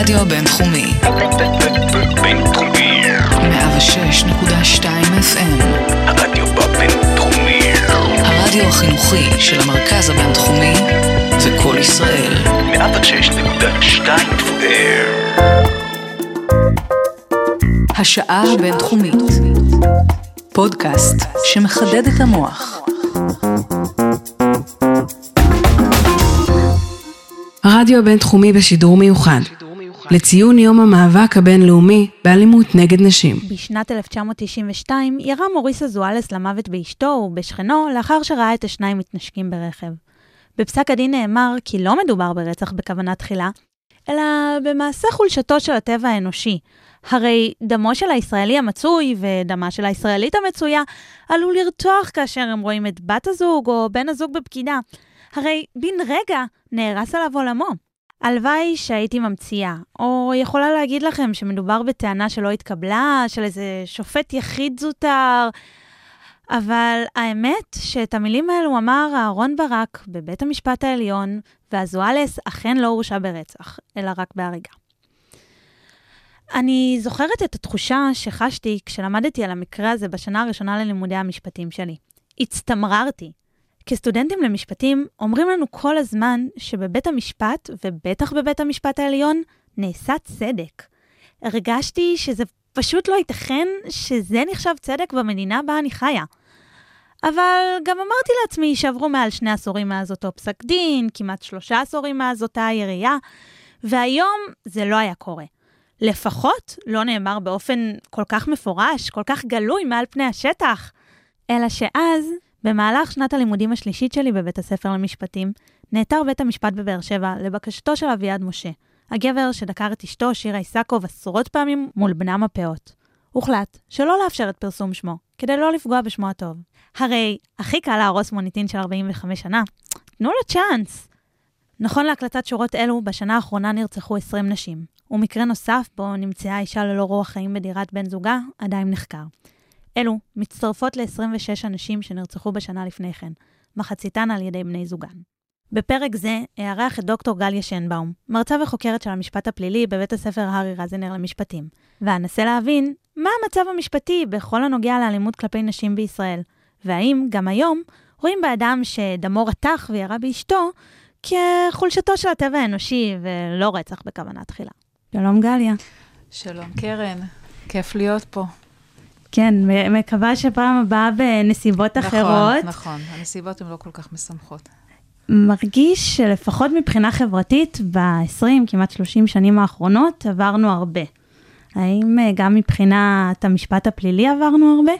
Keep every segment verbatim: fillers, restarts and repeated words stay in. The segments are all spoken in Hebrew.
הרדיו הבינתחומי. בינתחומי. מאה ושש נקודה שתיים אף אם. הרדיו הבינתחומי. הרדיו החינוכי של המרכז הבינתחומי וכל ישראל. מאה ושש נקודה שתיים אף אם. השעה הבינתחומית. פודקאסט שמחדד את המוח. הרדיו הבינתחומי בשידור מיוחד, לציון יום המאבק הבינלאומי באלימות נגד נשים. בשנת אלף תשע מאות תשעים ושתיים ירה מוריס אזואלס למוות באשתו ובשכנו לאחר שראה את השניים מתנשקים ברכב. בפסק הדין נאמר כי לא מדובר ברצח בכוונה תחילה, אלא במעשה חולשתו של הטבע האנושי. הרי דמו של הישראלי המצוי ודמה של הישראלית המצויה עלול לרתוח כאשר הם רואים את בת הזוג או בן הזוג בפקידה. הרי בין רגע נהרס עליו עולמו. הלוואי שהייתי ממציאה, או יכולה להגיד לכם שמדובר בטענה שלא התקבלה, של איזה שופט יחיד זוטר, אבל האמת שאת המילים האלו אמר אהרון ברק בבית המשפט העליון, והזואלס אכן לא הורשע ברצח, אלא רק בהריגה. אני זוכרת את התחושה שחשתי כשלמדתי על המקרה הזה בשנה הראשונה ללימודי המשפטים שלי. הצטמררתי. כסטודנטים למשפטים אומרים לנו כל הזמן שבבית המשפט, ובטח בבית המשפט העליון, נעשה צדק. הרגשתי שזה פשוט לא ייתכן שזה נחשב צדק במדינה בה אני חיה. אבל גם אמרתי לעצמי שעברו מעל שני עשורים מאז אותו פסק דין, כמעט שלושה עשורים מאז אותה הירייה, והיום זה לא היה קורה. לפחות לא נאמר באופן כל כך מפורש, כל כך גלוי מעל פני השטח. אלא שאז, במהלך שנת הלימודים השלישית שלי בבית הספר למשפטים, נעתר בית המשפט בבאר שבע לבקשתו של אביעד משה, הגבר שדקר את אשתו שירה איסקוב עשרות פעמים מול בנם הפאות. הוחלט שלא לאפשר את פרסום שמו, כדי לא לפגוע בשמו הטוב. הרי הכי קל להרוס מוניטין של ארבעים וחמש שנה, תנו לו צ'אנס. נכון להקלטת שורות אלו, בשנה האחרונה נרצחו עשרים נשים, ומקרה נוסף בו נמצאה אישה ללא רוח חיים בדירת בן זוגה, עדיין נחקר. אלו מצטרפות ל-עשרים ושש אנשים שנרצחו בשנה לפני כן, מחציתן על ידי בני זוגן. בפרק זה אארח את דוקטור גליה שנבאום, מרצה וחוקרת של המשפט הפלילי בבית הספר הארי רזינר למשפטים, ואנסה להבין מה המצב המשפטי בכל הנוגע לאלימות כלפי נשים בישראל, והאם גם היום רואים באדם שדמו רתח וירה באשתו כחולשתו של הטבע האנושי ולא רצח בכוונה תחילה. שלום גליה. שלום קרן, כיף להיות פה. כן, מקווה שפעם הבאה בנסיבות נכון, אחרות. נכון, נכון. הנסיבות הן לא כל כך משמחות. מרגיש שלפחות מבחינה חברתית, ב-עשרים, כמעט שלושים שנים האחרונות, עברנו הרבה. האם גם מבחינת המשפט הפלילי עברנו הרבה?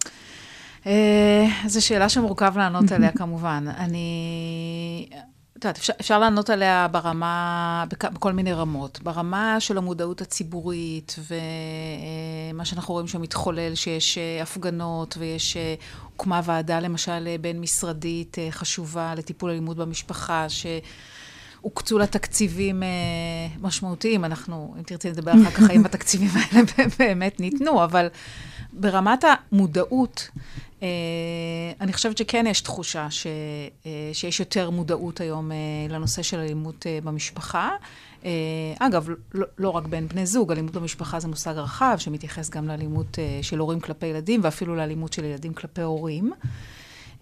זו שאלה שמורכב לענות עליה כמובן. אני... אפשר, אפשר לענות עליה ברמה, בכל מיני רמות. ברמה של המודעות הציבורית, ומה שאנחנו רואים שמתחולל, שיש הפגנות, ויש הוקמה ועדה, למשל, בין משרדית חשובה לטיפול אלימות במשפחה, שהוקצו לה תקציבים משמעותיים. אנחנו, אם תרצי לדבר אחר כך, האם התקציבים האלה באמת ניתנו, אבל ברמת המודעות, Uh, אני חושבת שכן יש תחושה ש, uh, שיש יותר מודעות היום uh, לנושא של אלימות uh, במשפחה. Uh, אגב, לא, לא רק בין בני זוג, אלימות במשפחה זה מושג רחב, שמתייחס גם לאלימות uh, של הורים כלפי ילדים, ואפילו לאלימות של ילדים כלפי הורים. Uh,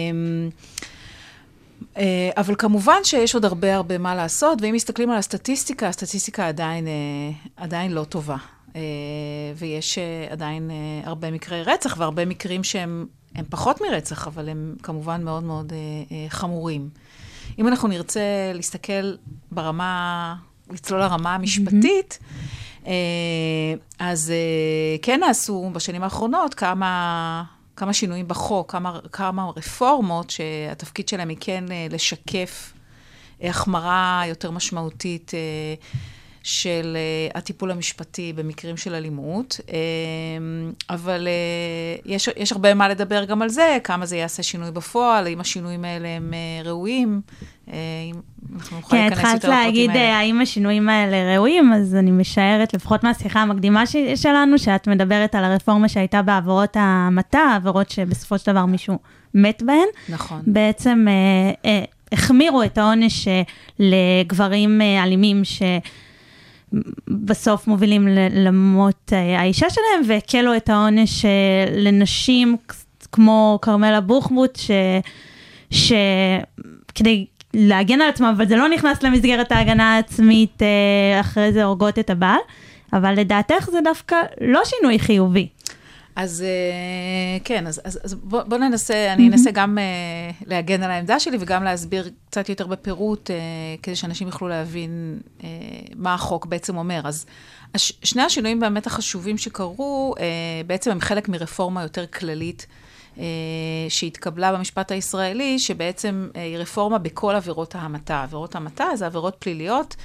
uh, אבל כמובן שיש עוד הרבה הרבה מה לעשות, ואם מסתכלים על הסטטיסטיקה, הסטטיסטיקה עדיין, uh, עדיין לא טובה. Uh, ויש uh, עדיין uh, הרבה מקרי רצח, והרבה מקרים שהם הם פחות מרצח, אבל הם כמובן מאוד מאוד uh, uh, חמורים. אם אנחנו נרצה להסתכל ברמה, לצלול לרמה המשפטית, mm-hmm. uh, אז uh, כן נעשו בשנים האחרונות כמה, כמה שינויים בחוק, כמה, כמה רפורמות שהתפקיד שלהם היא כן uh, לשקף uh, החמרה יותר משמעותית uh, של uh, הטיפול המשפטי במקרים של אלימות, uh, אבל uh, יש, יש הרבה מה לדבר גם על זה, כמה זה יעשה שינוי בפועל, אם השינויים האלה הם uh, ראויים, uh, אם אנחנו נוכל כן, להיכנס יותר לפרטים האלה. כן, התחלת להגיד האם השינויים האלה ראויים, אז אני משערת, לפחות מהשיחה המקדימה ש- שלנו, שאת מדברת על הרפורמה שהייתה בעבירות המתה, עבירות שבסופו של דבר מישהו מת בהן. נכון. בעצם uh, uh, החמירו את העונש uh, לגברים uh, אלימים ש... בסוף מובילים למות האישה שלהם, והקלו את העונש לנשים כמו קרמלה בוחבוט, ש... שכדי להגן על עצמם, אבל זה לא נכנס למסגרת ההגנה העצמית, אחרי זה הורגות את הבעל, אבל לדעתך זה דווקא לא שינוי חיובי. אז כן, אז, אז, אז בוא, בוא ננסה, אני אנסה גם uh, להגן על העמדה שלי, וגם להסביר קצת יותר בפירוט, uh, כדי שאנשים יוכלו להבין uh, מה החוק בעצם אומר. אז הש, שני השינויים באמת החשובים שקרו, uh, בעצם הם חלק מרפורמה יותר כללית, uh, שהתקבלה במשפט הישראלי, שבעצם uh, היא רפורמה בכל עבירות ההמתה. עבירות ההמתה זה עבירות פליליות,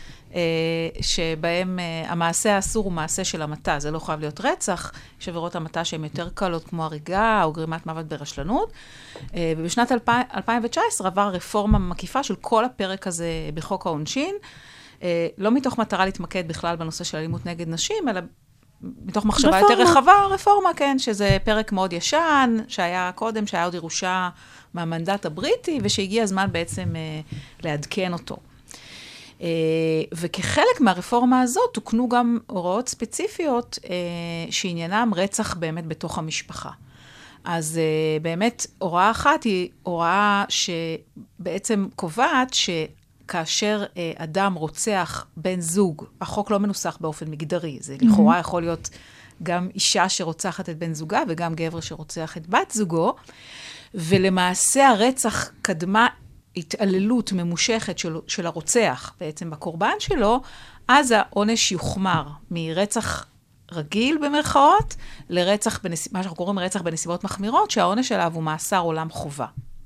שבהם המעשה האסור הוא מעשה של המתה, זה לא חייב להיות רצח, יש עבירות המתה שהן יותר קלות כמו הריגה או גרימת מוות ברשלנות, ובשנת אלפיים תשע עשרה עבר רפורמה מקיפה של כל הפרק הזה בחוק העונשין, לא מתוך מטרה להתמקד בכלל בנושא של אלימות נגד נשים, אלא מתוך מחשבה רפורמה. יותר רחבה, רפורמה, כן, שזה פרק מאוד ישן, שהיה קודם, שהיה עוד ירושה מהמנדט הבריטי, ושהגיע הזמן בעצם לעדכן אותו. Uh, וכחלק מהרפורמה הזאת תוקנו גם הוראות ספציפיות uh, שעניינם רצח באמת בתוך המשפחה. אז uh, באמת הוראה אחת היא הוראה שבעצם קובעת שכאשר uh, אדם רוצח בן זוג, החוק לא מנוסח באופן מגדרי, זה לכאורה mm-hmm. יכול להיות גם אישה שרוצחת את בן זוגה וגם גבר שרוצח את בת זוגו, ולמעשה הרצח קדמה התעללות ממושכת של, של הרוצח בעצם בקורבן שלו, אז העונש יוחמר מרצח רגיל במרכאות, לרצח, בנס... מה שאנחנו קוראים רצח בנסיבות מחמירות, שהעונש עליו הוא מאסר עולם חובה.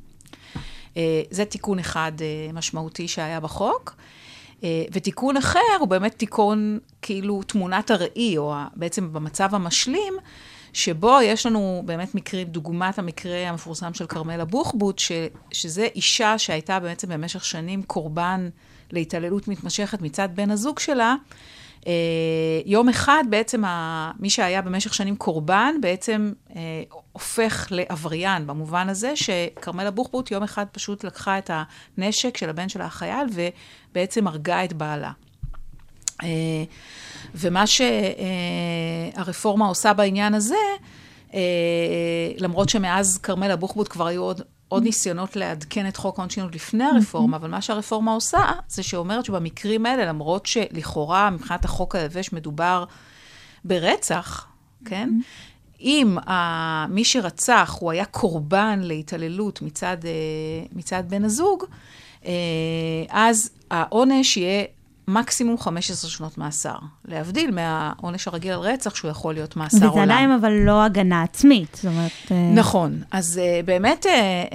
זה תיקון אחד משמעותי שהיה בחוק, ותיקון אחר הוא באמת תיקון כאילו תמונת הראי, או בעצם במצב המשלים, שבו יש לנו באמת מקרים, דוגמת המקרה המפורסם של קרמלה בוחבוט, ש, שזה אישה שהייתה בעצם במשך שנים קורבן להתעללות מתמשכת מצד בן הזוג שלה. אה, יום אחד בעצם ה, מי שהיה במשך שנים קורבן, בעצם אה, הופך לעבריין, במובן הזה שקרמלה בוחבוט יום אחד פשוט לקחה את הנשק של הבן של החייל, ובעצם הרגה את בעלה. אה, ומה שהרפורמה עושה בעניין הזה, למרות שמאז קרמלה בוחבוט כבר היו עוד, עוד ניסיונות לעדכן את חוק העונשין עוד לפני הרפורמה, אבל מה שהרפורמה עושה, זה שאומרת שבמקרים האלה, למרות שלכאורה מבחינת החוק היבש מדובר ברצח, כן? אם מי שרצח הוא היה קורבן להתעללות מצד, מצד בן הזוג, אז העונש יהיה מקסימום חמש עשרה שנות מאסר. להבדיל מהעונש הרגיל על רצח, שהוא יכול להיות מאסר עולם. וזה עדיין אבל לא הגנה עצמית. זאת אומרת... נכון. אז באמת,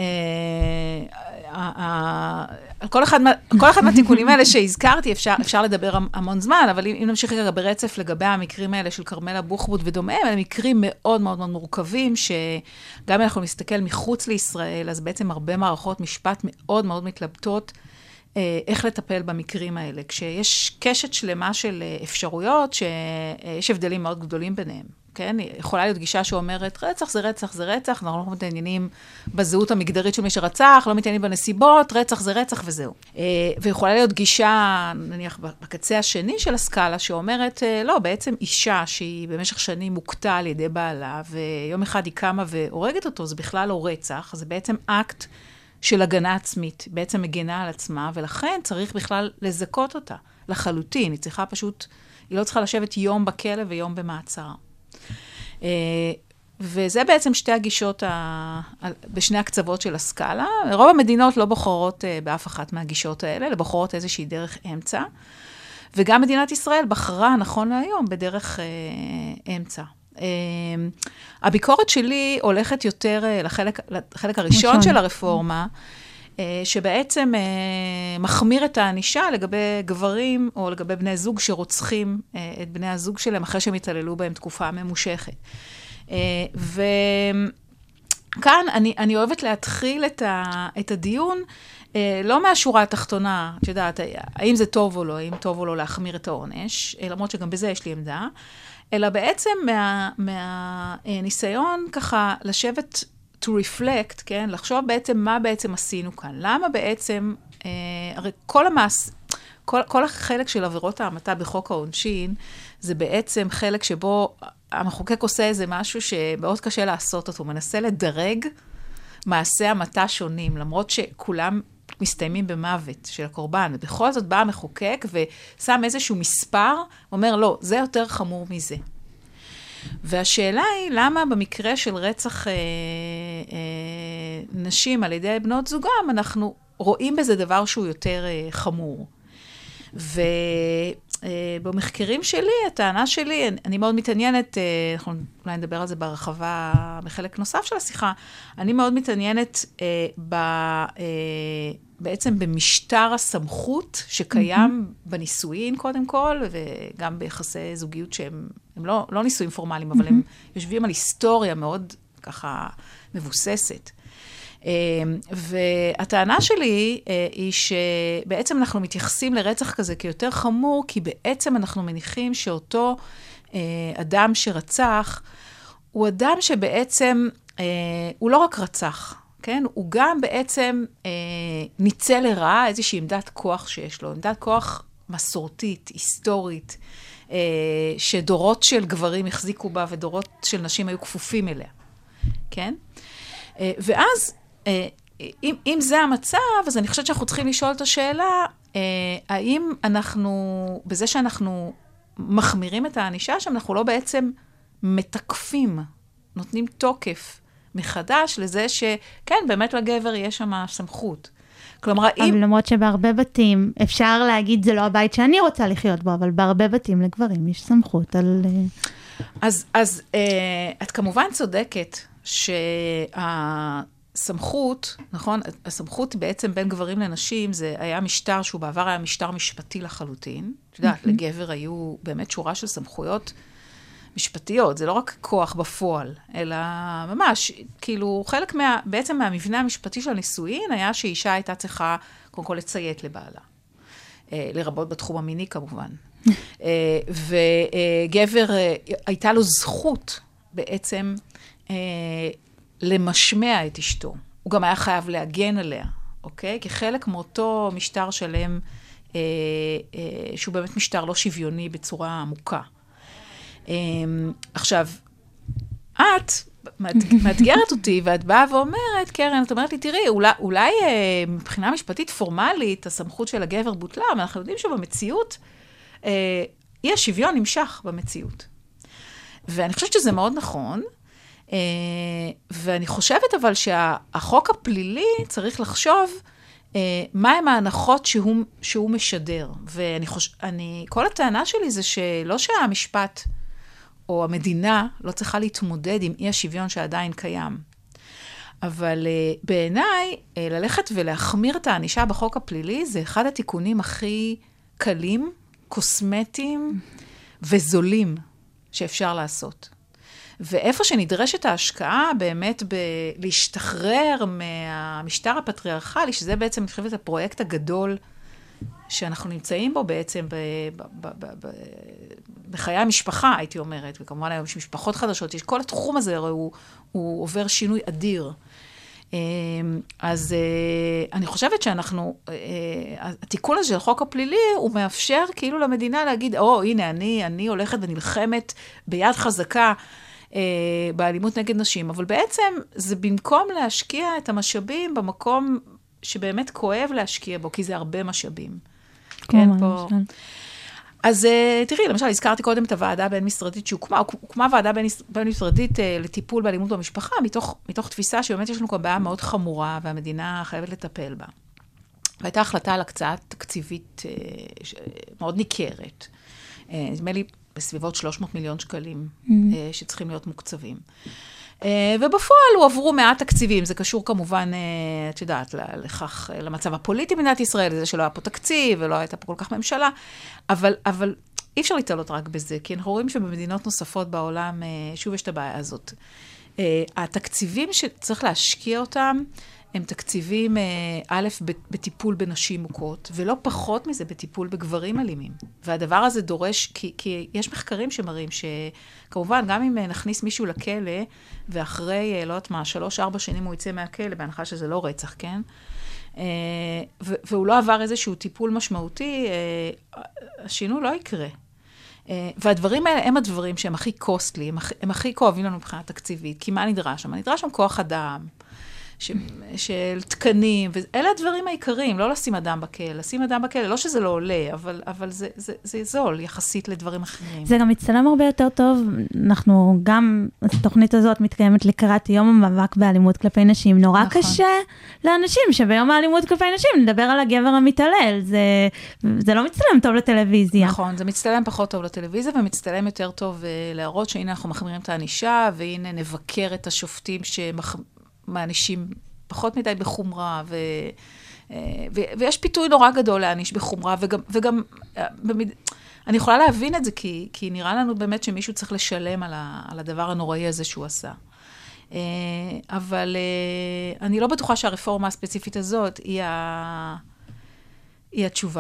כל אחד, כל אחד מהתיקונים האלה שהזכרתי, אפשר, אפשר לדבר המון זמן, אבל אם נמשיך רגע ברצף לגבי המקרים האלה של קרמלה בוחבוט ודומיהם, אלה מקרים מאוד מאוד מאוד מורכבים, שגם אם אנחנו נסתכל מחוץ לישראל, אז בעצם הרבה מערכות משפט מאוד מאוד מתלבטות, איך לטפל במקרים האלה. כשיש קשת שלמה של אפשרויות, שיש הבדלים מאוד גדולים ביניהם. כן? יכולה להיות גישה שאומרת, רצח זה רצח זה רצח, אנחנו לא מתעניינים בזהות המגדרית של מי שרצח, לא מתעניינים בנסיבות, רצח זה רצח וזהו. ויכולה להיות גישה, נניח, בקצה השני של הסקאלה, שאומרת, לא, בעצם אישה שהיא במשך שנים מוקטה על ידי בעלה, ויום אחד היא קמה והורגת אותו, זה בכלל לא רצח, זה בעצם אקט של הגנה עצמית, בעצם מגנה על עצמה, ולכן צריך בכלל לזכות אותה, לחלוטין. היא צריכה פשוט, היא לא צריכה לשבת יום בכלא ויום במעצר. וזה בעצם שתי הגישות בשני הקצוות של הסקאלה. רוב המדינות לא בוחרות באף אחת מהגישות האלה, אלא בוחרות איזושהי דרך אמצע. וגם מדינת ישראל בחרה, נכון להיום, בדרך אמצע. הביקורת שלי הולכת יותר לחלק, לחלק הראשון של הרפורמה, שבעצם מחמיר את הענישה לגבי גברים או לגבי בני זוג שרוצחים את בני הזוג שלהם אחרי שהם התעללו בהם תקופה ממושכת. וכאן אני, אני אוהבת להתחיל את, ה, את הדיון, לא מהשורה התחתונה, את יודעת, האם זה טוב או לא, האם טוב או לא להחמיר את העונש, למרות שגם בזה יש לי עמדה, אלא בעצם מה, מהניסיון ככה לשבת to reflect, כן? לחשוב בעצם מה בעצם עשינו כאן. למה בעצם, אה, הרי כל המעש, כל, כל החלק של עבירות ההמתה בחוק העונשין, זה בעצם חלק שבו המחוקק עושה איזה משהו שמאוד קשה לעשות אותו, הוא מנסה לדרג מעשי המתה שונים, למרות שכולם מסתיימים במוות של הקורבן, ובכל זאת בא המחוקק ושם איזשהו מספר, אומר, לא, זה יותר חמור מזה. והשאלה היא, למה במקרה של רצח אה, אה, נשים על ידי בנות זוגם, אנחנו רואים בזה דבר שהוא יותר אה, חמור. ובמחקרים שלי, הטענה שלי, אני, אני מאוד מתעניינת, אה, אנחנו אולי נדבר על זה בהרחבה בחלק נוסף של השיחה, אני מאוד מתעניינת אה, ב... אה, בעצם במשטר הסמכות שקיים mm-hmm. בנישואין קודם כל, וגם ביחסי זוגיות שהם הם לא, לא נישואים פורמליים, אבל mm-hmm. הם יושבים על היסטוריה מאוד ככה מבוססת. והטענה שלי היא שבעצם אנחנו מתייחסים לרצח כזה כיותר חמור, כי בעצם אנחנו מניחים שאותו אדם שרצח, הוא אדם שבעצם, הוא לא רק רצח, כן? הוא גם בעצם אה, ניצל לרעה איזושהי עמדת כוח שיש לו, עמדת כוח מסורתית, היסטורית, אה, שדורות של גברים החזיקו בה ודורות של נשים היו כפופים אליה, כן? אה, ואז, אה, אם, אם זה המצב, אז אני חושבת שאנחנו צריכים לשאול את השאלה, אה, האם אנחנו, בזה שאנחנו מחמירים את הענישה, שאנחנו לא בעצם מתקפים, נותנים תוקף, מחדש לזה שכן, באמת לגבר יש שם סמכות. כלומר, אבל אם... למרות שבהרבה בתים, אפשר להגיד, זה לא הבית שאני רוצה לחיות בו, אבל בהרבה בתים לגברים יש סמכות על... אז, אז אה, את כמובן צודקת שהסמכות, נכון, הסמכות בעצם בין גברים לנשים, זה היה משטר שהוא בעבר היה משטר משפטי לחלוטין. את יודעת, לגבר היו באמת שורה של סמכויות, משפטיות, זה לא רק כוח בפועל, אלא ממש, כאילו, חלק מה, בעצם מהמבנה המשפטי של הנישואין, היה שאישה הייתה צריכה, קודם כל, לציית לבעלה. אה, לרבות בתחום המיני, כמובן. אה, וגבר, אה, הייתה לו זכות, בעצם, אה, למשמע את אשתו. הוא גם היה חייב להגן עליה, אוקיי? כחלק מאותו משטר שלם, אה, אה, שהוא באמת משטר לא שוויוני בצורה עמוקה. עכשיו, את מאתגרת אותי, ואת באה ואומרת, קרן, את אומרת לי, תראי, אולי, אולי מבחינה משפטית פורמלית, הסמכות של הגבר בוטלה, אבל אנחנו יודעים שבמציאות, אי השוויון נמשך במציאות. ואני חושבת שזה מאוד נכון, ואני חושבת אבל שהחוק הפלילי צריך לחשוב, מהם ההנחות שהוא, שהוא משדר. ואני חושב, אני, כל הטענה שלי זה שלא שהמשפט או המדינה לא צריכה להתמודד עם אי השוויון שעדיין קיים. אבל uh, בעיניי, uh, ללכת ולהחמיר את הענישה בחוק הפלילי, זה אחד התיקונים הכי קלים, קוסמטיים וזולים שאפשר לעשות. ואיפה שנדרשת ההשקעה באמת ב- להשתחרר מהמשטר הפטריארכלי, שזה בעצם, אני חושבת, הפרויקט הגדול שאנחנו נמצאים בו בעצם ב- ב- ב- ב- בחיי המשפחה, הייתי אומרת, וכמובן היום יש משפחות חדשות, יש כל התחום הזה, הרי הוא, הוא עובר שינוי אדיר. אז אני חושבת שאנחנו, התיקון הזה של החוק הפלילי, הוא מאפשר כאילו למדינה להגיד, או, הנה, אני, אני הולכת ונלחמת ביד חזקה באלימות נגד נשים, אבל בעצם זה במקום להשקיע את המשאבים במקום שבאמת כואב להשקיע בו, כי זה הרבה משאבים. כן, פה... אז תראי, למשל, הזכרתי קודם את הוועדה הבין-משרדית שהוקמה, הוקמה ועדה בין-משרדית לטיפול באלימות במשפחה, מתוך, מתוך תפיסה שבאמת יש לנו כאן בעיה מאוד חמורה, והמדינה חייבת לטפל בה. והייתה החלטה על הקצאה תקציבית מאוד ניכרת. נדמה לי בסביבות שלוש מאות מיליון שקלים שצריכים להיות מוקצבים. ובפועל הוא עברו מעט תקציבים, זה קשור כמובן, את יודעת, לכך, למצב הפוליטי במדינת ישראל, זה שלא היה פה תקציב, ולא הייתה פה כל כך ממשלה, אבל, אבל אי אפשר להתעלות רק בזה, כי אנחנו רואים שבמדינות נוספות בעולם, שוב יש את הבעיה הזאת. התקציבים שצריך להשקיע אותם, הם תקציבים, א', בטיפול בנשים מוכות, ולא פחות מזה בטיפול בגברים אלימים. והדבר הזה דורש, כי, כי יש מחקרים שמראים שכמובן, גם אם נכניס מישהו לכלא, ואחרי, לא יודעת מה, שלוש, ארבע שנים הוא יצא מהכלא, בהנחה שזה לא רצח, כן? והוא לא עבר איזשהו טיפול משמעותי, השינוי לא יקרה. והדברים האלה הם הדברים שהם הכי קוסטלי, הם הכי, הם הכי כואבים לנו מבחינה תקציבית, כי מה נדרש שם? נדרש שם כוח אדם, ש, של תקנים, ואלה הדברים העיקריים, לא לשים אדם בכלא, לשים אדם בכלא, לא שזה לא עולה, אבל, אבל זה, זה, זה זול יחסית לדברים אחרים. זה גם מצטלם הרבה יותר טוב, אנחנו גם, התוכנית הזאת מתקיימת לקראת יום המאבק באלימות כלפי נשים, נורא נכון. קשה לאנשים שביום האלימות כלפי נשים נדבר על הגבר המתעלל, זה, זה לא מצטלם טוב לטלוויזיה. נכון, זה מצטלם פחות טוב לטלוויזיה, ומצטלם יותר טוב להראות שהנה אנחנו מחמירים את הענישה, והנה נבקר את השופטים שמח... מענישים פחות מדי בחומרה, ו, ו, ויש פיתוי נורא גדול להעניש בחומרה, וגם, וגם במד... אני יכולה להבין את זה, כי, כי נראה לנו באמת שמישהו צריך לשלם על, ה, על הדבר הנוראי הזה שהוא עשה. אבל אני לא בטוחה שהרפורמה הספציפית הזאת היא, ה, היא התשובה.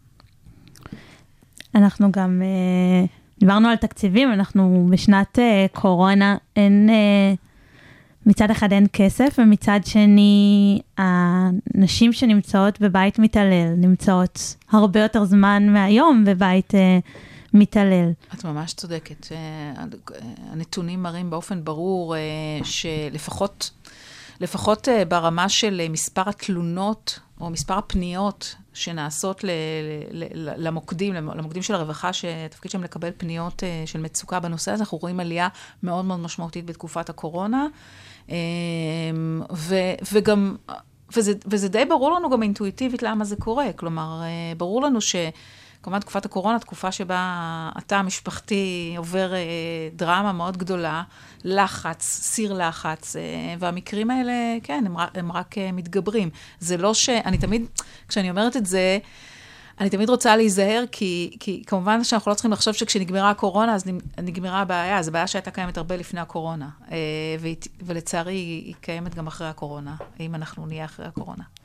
אנחנו גם דיברנו על תקציבים, אנחנו בשנת קורונה, אין... מצד אחד אין כסף, ומצד שני, הנשים שנמצאות בבית מתעלל, נמצאות הרבה יותר זמן מהיום בבית אה, מתעלל. את ממש צודקת. הנתונים מראים באופן ברור אה, שלפחות לפחות אה, ברמה של מספר התלונות, או מספר הפניות שנעשות ל, ל, ל, למוקדים, למוקדים של הרווחה, שתפקיד שם לקבל פניות אה, של מצוקה בנושא הזה, אנחנו רואים עלייה מאוד מאוד משמעותית בתקופת הקורונה, ו, וגם, וזה, וזה די ברור לנו גם אינטואיטיבית למה זה קורה. כלומר, ברור לנו שכמובן תקופת הקורונה, תקופה שבה התא המשפחתי עובר דרמה מאוד גדולה, לחץ, סיר לחץ, והמקרים האלה, כן, הם, הם רק מתגברים. זה לא ש... אני תמיד, כשאני אומרת את זה, אני תמיד רוצה להיזהר, כי, כי כמובן שאנחנו לא צריכים לחשוב שכשנגמרה הקורונה, אז נגמרה הבעיה. זו בעיה שהייתה קיימת הרבה לפני הקורונה. ולצערי, היא קיימת גם אחרי הקורונה, אם אנחנו נהיה אחרי הקורונה.